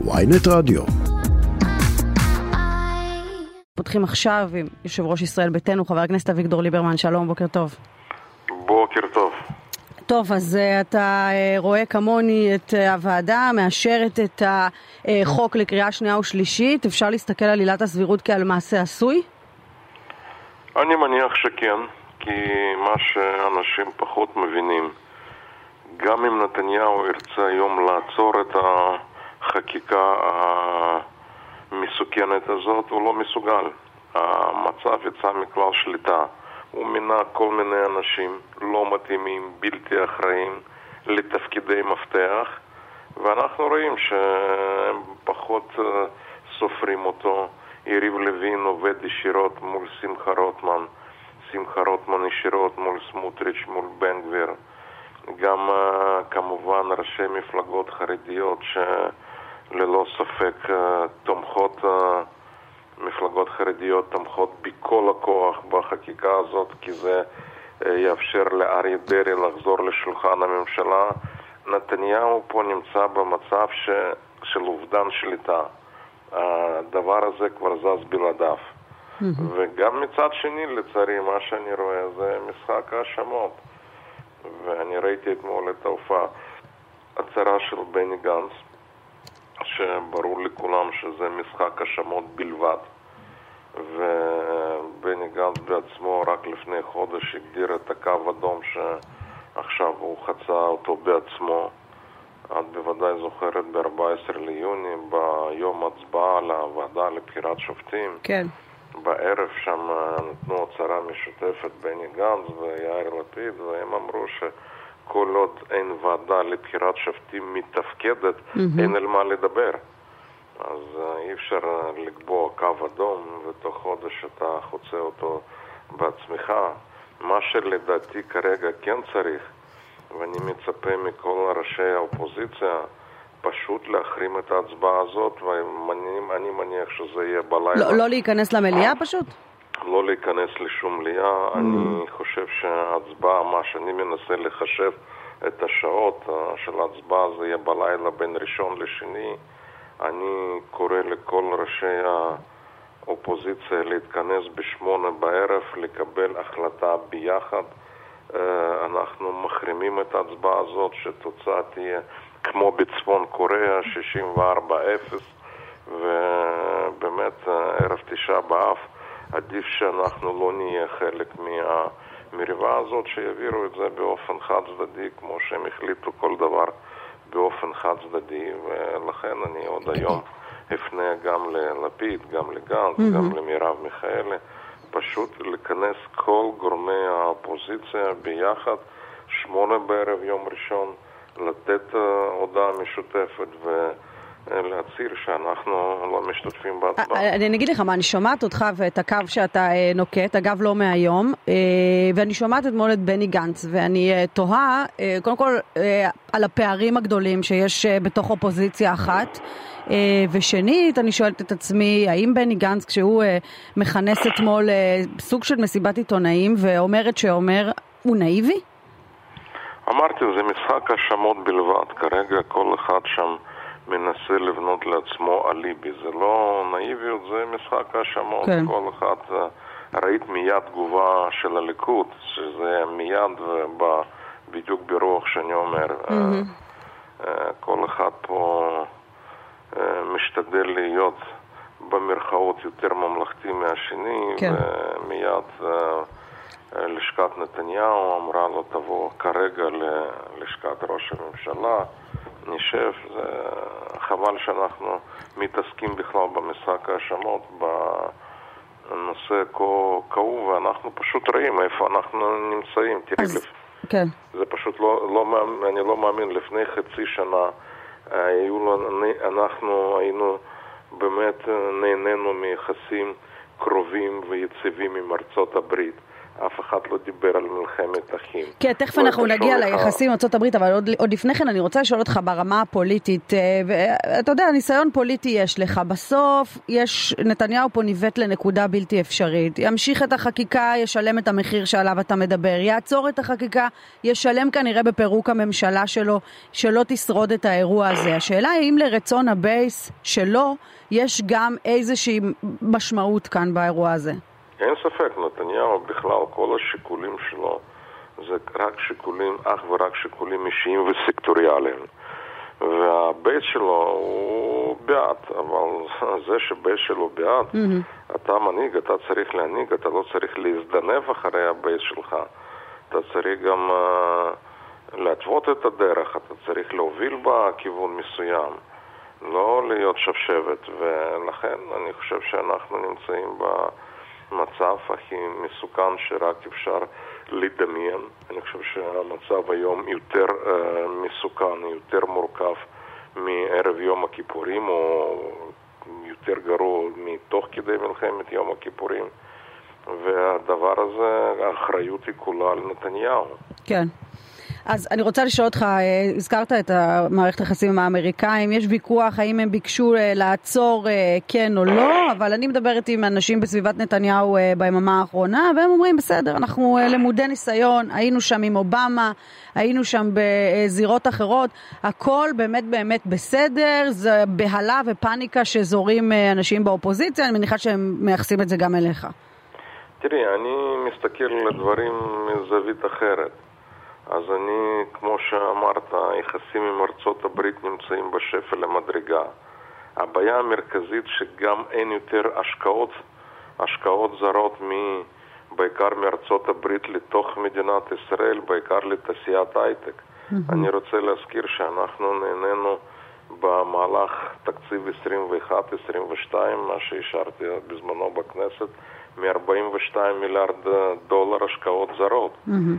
ynet רדיו. פותחים עכשיו עם יושב ראש ישראל ביתנו, חבר הכנסת אביגדור ליברמן. שלום, בוקר טוב. בוקר טוב. טוב, אז אתה רואה כמוני את הוועדה, מאשרת את החוק לקריאה שנייה ושלישית. אפשר להסתכל על עילת הסבירות כעל מעשה עשוי? אני מניח שכן, כי מה שאנשים פחות מבינים, גם אם נתניהו ירצה היום לעצור את החקיקה המסוכנת הזאת, הוא לא מסוגל. המצב יצא מכלל שליטה. הוא מינה כל מיני אנשים לא מתאימים, בלתי אחראים, לתפקידי מפתח, ואנחנו רואים שהם פחות סופרים אותו. יריב לוין עובד ישירות מול שמחה רוטמן ישירות מול סמוטריץ', מול בן גביר. גם כמובן ראשי מפלגות חרדיות שללא ספק תומכות, מפלגות חרדיות תומכות בכל הכוח בחקיקה הזאת, כי זה יאפשר לאריה דרעי לחזור לשולחן הממשלה. נתניהו פה נמצא במצב של אובדן שליטה. הדבר הזה כבר זז בלעדיו. וגם מצד שני, לצערי, מה שאני רואה זה משחק האשמות. ואני ראיתי אתמול את ההופעה הצהרה של בני גנץ, שברור לכולם שזה משחק האשמות בלבד. ובני גנץ בעצמו רק לפני חודש הגדיר את הקו אדום שעכשיו הוא חצה אותו בעצמו. את בוודאי זוכרת ב-14 ליוני, ביום הצבעה לוועדה לבחירת שופטים. כן. בערב שם נתנו הצהרה משותפת בני גנץ ויאיר לפיד, והם אמרו שכל עוד אין ועדה לבחירת שופטים מתפקדת, אין על מה לדבר. אז אי אפשר לקבוע קו אדום, ותוך חודש אתה חוצה אותו בעצמך. מה שלדעתי כרגע כן צריך, ואני מצפה מכל ראשי האופוזיציה, פשוט להחרים את ההצבעה הזאת, ואני מניח שזה יהיה בלילה. לא להיכנס למליאה פשוט? לא להיכנס לשום מליאה. אני חושב שההצבעה, מה שאני מנסה לחשב את השעות של ההצבעה, זה יהיה בלילה בין ראשון לשני. אני קורא לכל ראשי האופוזיציה להתכנס ב8 בערב, לקבל החלטה ביחד. אנחנו מחרימים את ההצבעה הזאת, שתוצאה תהיה כמו בצפון קוריאה, 64-0, ובאמת ערב תשעה באב עדיף שאנחנו לא נהיה חלק מהמריבה הזאת, שיעבירו את זה באופן חד צדדי, כמו שהם החליטו כל דבר באופן חד צדדי. ולכן אני עוד היום אפנה גם ללפיד, גם לגנץ, גם למרב מיכאלי, פשוט לכנס כל גורמי האופוזיציה ביחד, 8 בערב יום ראשון, לתת הודעה משותפת ולהצהיר שאנחנו לא משתתפים בהצבעה. אני אגיד לך מה, אני שומעת אותך ואת הקו שאתה נוקט, אגב לא מהיום, ואני שומעת אתמול את בני גנץ, ואני תוהה קודם כל על הפערים הגדולים שיש בתוך אופוזיציה אחת, ושנית אני שואלת את עצמי, האם בני גנץ כשהוא מכנס אתמול סוג של מסיבת עיתונאים ואומרת שאומר, הוא נאיבי? אמרתי, זה משחק האשמות בלבד. כרגע כל אחד שם מנסה לבנות לעצמו אליבי. זה לא נאיביות, זה משחק האשמות. כן. כל אחד, ראית מיד תגובה של הליכוד, שזה מיד בדיוק ברוח שאני אומר. כל אחד פה משתדל להיות במרכאות יותר ממלכתי מהשני, כן. ומיד לשכת נתניהו אמרה לו תבוא כרגע ללשכת ראש הממשלה, נשב. זה חבל שאנחנו מתעסקים בכלל במשחק האשמות בנושא כאוב, ואנחנו פשוט רואים איפה אנחנו נמצאים. תראי, כן. זה פשוט אני לא מאמין, לפני חצי שנה אנחנו היינו באמת נהנינו מיחסים קרובים ויציבים עם ארצות הברית. אף אחד לא דיבר על מלחמת אחים. כן, תכף אנחנו נגיע ליחסים עם ארצות הברית, אבל עוד לפני כן אני רוצה לשאול אותך ברמה הפוליטית, ואתה יודע, ניסיון פוליטי יש לך. בסוף נתניהו פה ניווט לנקודה בלתי אפשרית. ימשיך את החקיקה, ישלם את המחיר שעליו אתה מדבר. יעצור את החקיקה, ישלם כנראה בפירוק הממשלה שלו, שלא תשרוד את האירוע הזה. השאלה היא אם לרצון הבייס שלו יש גם איזושהי משמעות כאן באירוע הזה. אין ספק, נתניהו בכלל כל השיקולים שלו זה רק שיקולים, אך ורק שיקולים אישיים וסקטוריאליים. והבית שלו הוא בעד, אבל זה שבית שלו בעד, אתה מנהיג, אתה צריך להנהיג, אתה לא צריך להזדנב אחרי הבית שלך. אתה צריך גם להתוות את הדרך, אתה צריך להוביל בכיוון מסוים, לא להיות שבשבת. ולכן אני חושב שאנחנו נמצאים מצב הכי מסוכן שרק אפשר לדמיין. אני חושב שהמצב היום יותר מסוכן, יותר מורכב מערב יום הכיפורים, או יותר גרוע מתוך כדי מלחמת יום הכיפורים. והדבר הזה, האחריות היא כולה על נתניהו. כן. אז אני רוצה לשאול אותך, הזכרת את מערכת היחסים עם האמריקאים, יש ויכוח האם הם ביקשו לעצור כן או לא, אבל אני מדברת עם אנשים בסביבת נתניהו ביממה האחרונה, והם אומרים בסדר, אנחנו למודי ניסיון, היינו שם עם אובמה, היינו שם בזירות אחרות, הכל באמת באמת בסדר, זה בהלה ופניקה שזורים אנשים באופוזיציה, אני מניחה שהם מייחסים את זה גם אליך. תראי, אני מסתכל על הדברים מזווית אחרת. אז אני, כמו שאמרת, היחסים עם ארצות הברית נמצאים בשפל המדרגה. הבעיה המרכזית שגם אין יותר השקעות זרות בעיקר מארצות הברית לתוך מדינת ישראל, בעיקר לתעשיית הייטק. אני רוצה להזכיר שאנחנו נהנינו במהלך תקציב 21-22, מה שהשארתי בזמנו בכנסת, מ-42 מיליארד דולר השקעות זרות.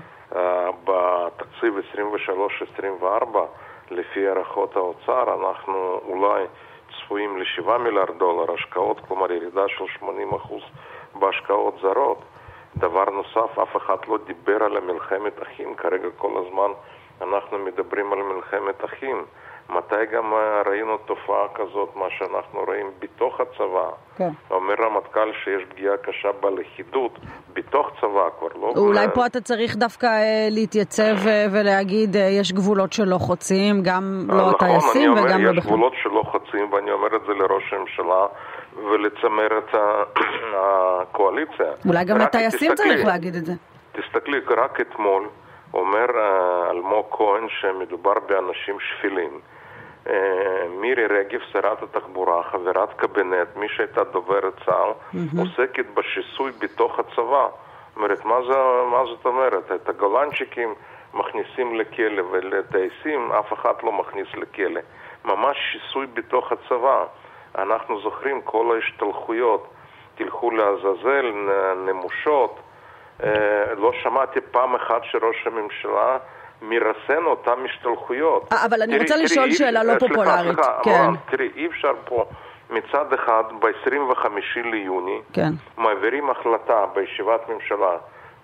בתקציב 23-24, לפי הערכות האוצר, אנחנו אולי צפויים ל7 מיליארד דולר השקעות, כלומר ירידה של 80% בהשקעות זרות. דבר נוסף, אף אחד לא דיבר על מלחמת אחים, כרגע כל הזמן אנחנו מדברים על מלחמת אחים. מתי גם ראינו תופעה כזאת, מה שאנחנו רואים בתוך הצבא? כן. אומר רמטכ"ל שיש פגיעה קשה בלכידות, בתוך צבא כבר לא... אולי פה אתה צריך דווקא להתייצב ולהגיד, יש גבולות שלא חוצים, גם לא הטייסים וגם לא בכלל. נכון, יש גבולות שלא חוצים, ואני אומר את זה לראש הממשלה ולצמרת הקואליציה. אולי גם הטייסים צריך להגיד את זה. תסתכלי, רק אתמול אומר אלמוג כהן שמדובר באנשים שפילים. מירי רגב, שרת התחבורה, חברת קבינט, מי שהייתה דוברת צה"ל, עוסקת בשיסוי בתוך הצבא. אומרת, מה זאת אומרת? את הגולנצ'יקים מכניסים לכלא, ולטייסים אף אחד לא מכניס לכלא. ממש שיסוי בתוך הצבא. אנחנו זוכרים כל ההשתלחויות, תלכו לעזאזל, נמושות. לא שמעתי פעם אחת שראש הממשלה מרסן אותם משתלחויות. אבל אני רוצה לשאול שאלה לא פופולרית. תראי, אי אפשר פה מצד אחד ב-25 ליוני מעבירים החלטה בישיבת ממשלה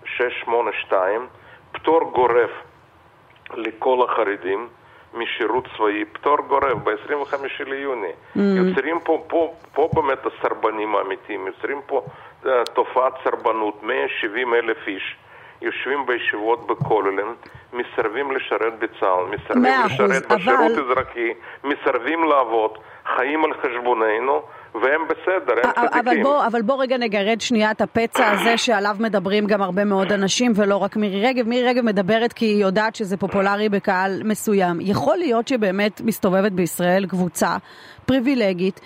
682, פטור גורף לכל החרדים משירות צבאי, פטור גורף ב-25 ליוני. יוצרים פה באמת הסרבנים האמיתיים, יוצרים פה תופעת סרבנות, 170,000 איש יושבים בישיבות בכוללים, מסרבים לשרת בצה"ל, מסרבים לשרת בשירות אזרחי, מסרבים לעבוד, חיים על חשבוננו, והם בסדר, הם צדיקים. אבל בוא רגע נגרד שנייה את הפצע הזה שעליו מדברים גם הרבה מאוד אנשים, ולא רק מירי רגב. מירי רגב מדברת כי היא יודעת שזה פופולרי בקהל מסוים. יכול להיות שבאמת מסתובבת בישראל קבוצה פריבילגית,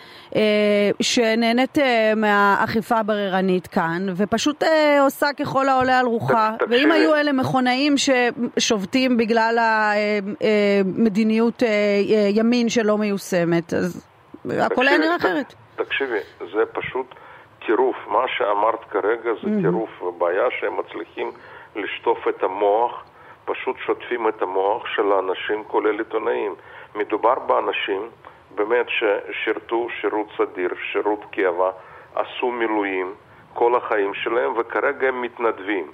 שנהנית מהאכיפה הבררנית כאן, ופשוט עושה ככל העולה על רוחה. ואם היו אלה מכונאים ששובתים בגלל המדיניות ימין שלא מיושמת, אז הכל היה נראה אחרת. תקשיבי, זה פשוט טירוף. מה שאמרת כרגע זה טירוף, ובעיה שהם מצליחים לשטוף את המוח, פשוט שוטפים את המוח של האנשים, כולל עיתונאים. מדובר באנשים באמת ששירתו שירות סדיר, שירות קבע, עשו מילואים כל החיים שלהם, וכרגע הם מתנדבים.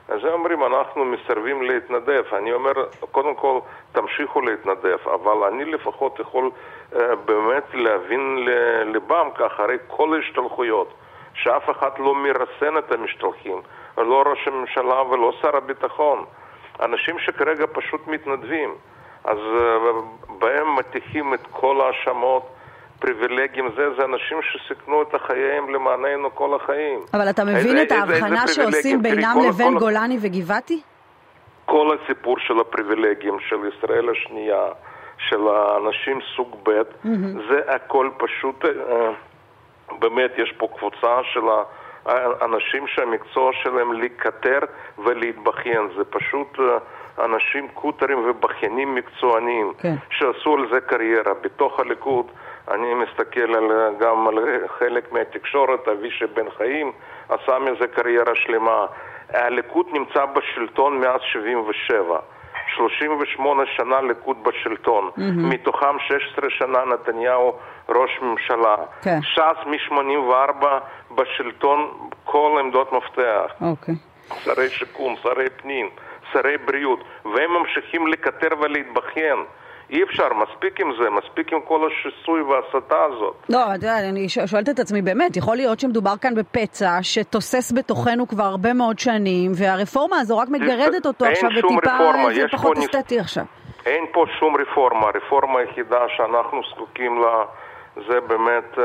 אז הם אומרים, אנחנו מסרבים להתנדב. אני אומר, קודם כל, תמשיכו להתנדב, אבל אני לפחות יכול באמת להבין לבם כך, הרי כל ההשתלחויות, שאף אחד לא מרסן את המשתלחים, לא ראש הממשלה ולא שר הביטחון. אנשים שכרגע פשוט מתנדבים, אז בהם מתיחים את כל האשמות, פריבילגים, זה אנשים שסיכנו את החיים למעננו כל החיים. אבל אתה מבין את ההבחנה שעושים בינם לבין גולני וגבעתי? כל הסיפור של הפריבילגים, של ישראל השנייה, של האנשים סוג ב', זה הכל פשוט, באמת יש פה קבוצה של האנשים שהמקצוע שלהם לקטר ולהתבכיין. זה פשוט אנשים קוטרים ובכיינים מקצוענים, שעשו על זה קריירה. בתוך הליכוד אני מסתכל גם על חלק מהתקשורת, אבישי בן חיים עשה מזה קריירה שלמה. הליכוד נמצא בשלטון מאז 77. 38 שנה ליכוד בשלטון. מתוכם 16 שנה נתניהו ראש ממשלה. ש"ס מ-84 בשלטון כל עמדות מפתח. שרי שיקום, שרי פנים, שרי בריאות. והם ממשיכים לקטר ולהתבכיין. אי אפשר, מספיק עם זה, מספיק עם כל השיסוי והסתה הזאת. לא, אני שואלת את עצמי באמת, יכול להיות שמדובר כאן בפצע שתוסס בתוכנו כבר הרבה מאוד שנים, והרפורמה הזו רק מגרדת אותו עכשיו וטיפה זה פחות אסתטי עכשיו. אין פה שום רפורמה, הרפורמה היחידה שאנחנו זקוקים לה זה באמת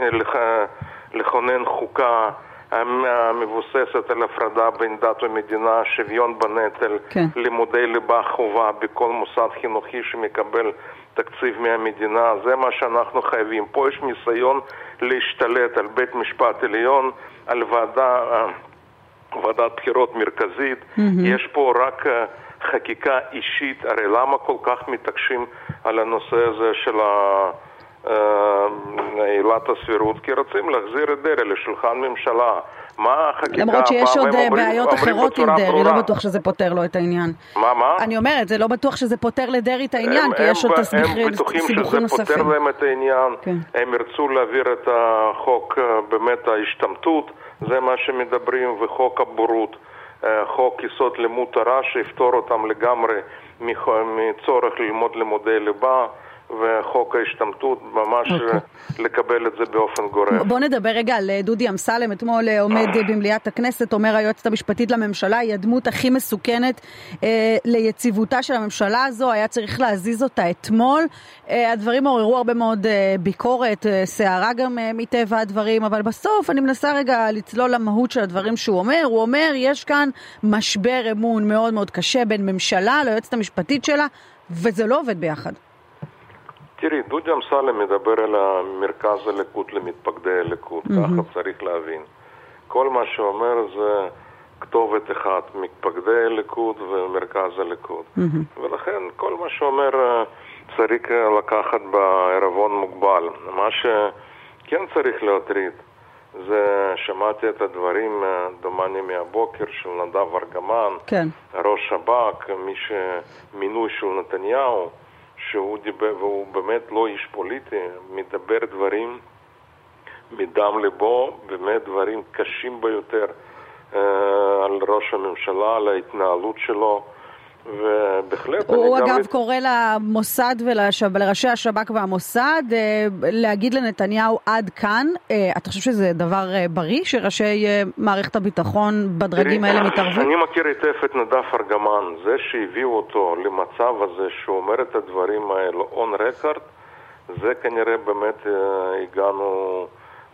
לכונן חוקה המבוססת על הפרדה בין דת ומדינה, שוויון בנטל, לימודי ליבה חובה בכל מוסד חינוכי שמקבל תקציב מהמדינה. זה מה שאנחנו חייבים. פה יש ניסיון להשתלט על בית משפט עליון, על ועדת בחירות מרכזית. יש פה רק חקיקה אישית. הרי למה כל כך מתעקשים על הנושא הזה של עילת הסבירות? כי רוצים להחזיר את דרעי לשולחן ממשלה. מה החקיקה? למרות שיש עוד בעיות אחרות עם דרעי, לא בטוח שזה פותר לו את העניין. מה? אני אומרת, זה לא בטוח שזה פותר לדרעי את העניין, כי יש עוד סיבוכים נוספים. הם בטוחים שזה פותר להם את העניין. הם ירצו להעביר את החוק, באמת ההשתמטות, זה מה שמדברים, וחוק הבורות, חוק יסוד לימוד תורה, שיפתור אותם לגמרי מצורך ללמוד לימודי ליבה, וחוק ההשתמטות, ממש לקבל את זה באופן גורף. בוא נדבר רגע על דודי אמסלם. אתמול עומד במליאת הכנסת, אומר היועצת המשפטית לממשלה, היא הדמות הכי מסוכנת ליציבותה של הממשלה הזו, היה צריך להזיז אותה אתמול. הדברים עוררו הרבה מאוד ביקורת, שערה גם מטבע הדברים, אבל בסוף אני מנסה רגע לצלול למהות של הדברים שהוא אומר. הוא אומר, יש כאן משבר אמון מאוד מאוד קשה בין ממשלה ליועצת המשפטית שלה, וזה לא עובד ביחד. תראי, דודי אמסלם מדבר על המרכז הליכוד למתפקדי הליכוד, ככה צריך להבין. כל מה שאומר זה כתובת אחת, מתפקדי הליכוד ומרכז הליכוד. ולכן כל מה שאומר צריך לקחת בערבון מוגבל. מה שכן צריך להטריד, זה שמעתי את הדברים דומני מהבוקר של נדב ארגמן, ראש שב"כ, מינוי של נתניהו, שהוא דיבר, והוא באמת לא איש פוליטי, מדבר דברים מדם ליבו, באמת דברים קשים ביותר על ראש הממשלה, על ההתנהלות שלו, ובהחלט הוא אגב קורא למוסד ולראשי השב"כ והמוסד להגיד לנתניהו עד כאן. אתה חושב שזה דבר בריא שראשי מערכת הביטחון בדרגים האלה מתערבים? אני מכיר היטב את נדב ארגמן. זה שהביאו אותו למצב הזה שהוא אומר את הדברים האלו on record, זה כנראה באמת הגענו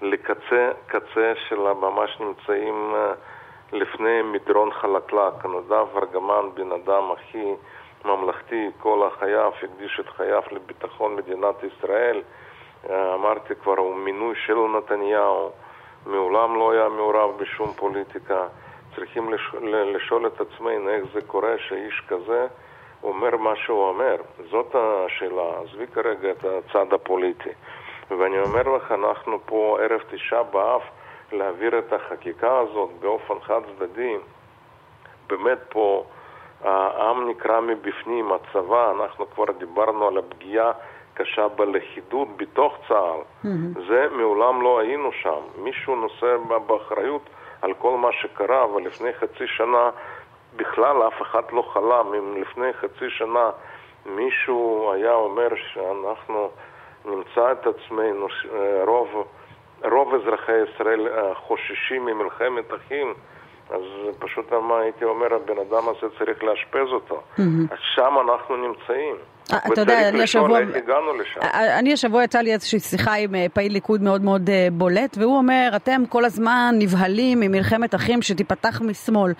לקצה של ממש נמצאים לפני מדרון חלקלק. נדב ארגמן, בן אדם הכי ממלכתי, כל החייו, הקדיש את חייו לביטחון מדינת ישראל. אמרתי כבר, הוא מינוי של נתניהו, מעולם לא היה מעורב בשום פוליטיקה. צריכים לשאול את עצמנו איך זה קורה שאיש כזה אומר מה שהוא אומר. זאת השאלה. עזבי כרגע את הצד הפוליטי. ואני אומר לך, אנחנו פה ערב תשעה באב, להעביר את החקיקה הזאת באופן חד צדדי. באמת פה העם נקרא מבפנים, הצבא, אנחנו כבר דיברנו על הפגיעה קשה בלכידות בתוך צה"ל. זה מעולם לא היינו שם. מישהו נושא באחריות על כל מה שקרה, אבל לפני חצי שנה בכלל אף אחד לא חלם. אם לפני חצי שנה מישהו היה אומר שאנחנו נמצא את עצמנו, רוב אזרחי ישראל חוששים ממלחמת אחים, אז פשוט הייתי אומר, הבן אדם הזה צריך לאשפז אותו. אז שם אנחנו נמצאים. אתה יודע, אני השבוע יצא לי איזושהי שיחה עם פעיל ליכוד מאוד מאוד בולט, והוא אומר, אתם כל הזמן נבהלים ממלחמת אחים שתיפתח משמאל,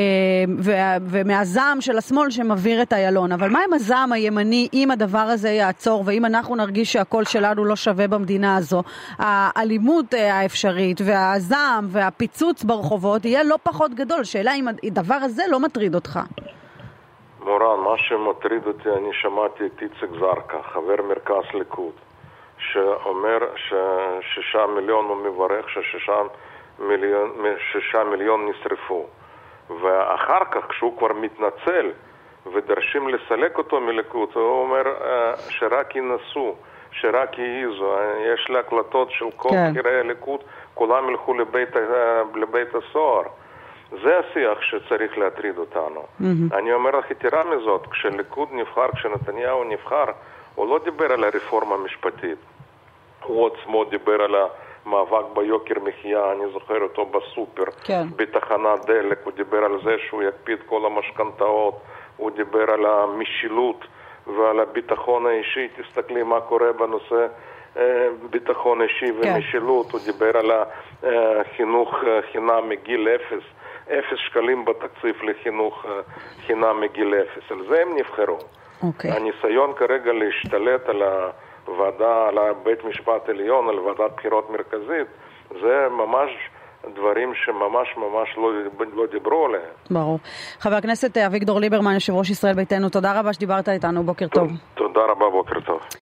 ומהזעם של השמאל שמביר את איילון. אבל מה עם הזעם הימני, אם הדבר הזה יעצור, ואם אנחנו נרגיש שהקול שלנו לא שווה במדינה הזו, האלימות האפשרית, והזעם והפיצוץ ברחובות יהיה לא פחות גדול. שאלה אם הדבר הזה לא מטריד אותך. מורן, מה שמטריד אותי, אני שמעתי את איציק זרקא, חבר מרכז ליכוד, שאומר ש6 מיליון הוא מברך ש6 מיליון נשרפו. ואחר כך, כשהוא כבר מתנצל ודרשים לסלק אותו מליכוד, הוא אומר שרק ינסו, שרק יעיזו. יש לי הקלטות של כל בכירי הליכוד, כולם ילכו לבית הסוהר. זה השיח שצריך להטריד אותנו. אני אומר לך יתרה מזאת, כשליכוד נבחר, כשנתניהו נבחר, הוא לא דיבר על הרפורמה המשפטית. הוא עצמו דיבר על המאבק ביוקר מחיה, אני זוכר אותו בסופר, בתחנת דלק, הוא דיבר על זה שהוא יקפיד כל המשכנתאות, הוא דיבר על המשילות ועל הביטחון האישי. תסתכלי מה קורה בנושא ביטחון אישי ומשילות. הוא דיבר על החינוך חינם מגיל 0 שקלים בתקציב לחינוך חינם מגיל 0. על זה הם נבחרו. הניסיון כרגע להשתלט על הוועדה, על בית משפט עליון, על ועדת בחירות מרכזית, זה ממש דברים שממש לא דיברו עליהם. ברור. חבר הכנסת אביגדור ליברמן, יושב ראש ישראל ביתנו, תודה רבה שדיברת איתנו, בוקר טוב. תודה רבה, בוקר טוב.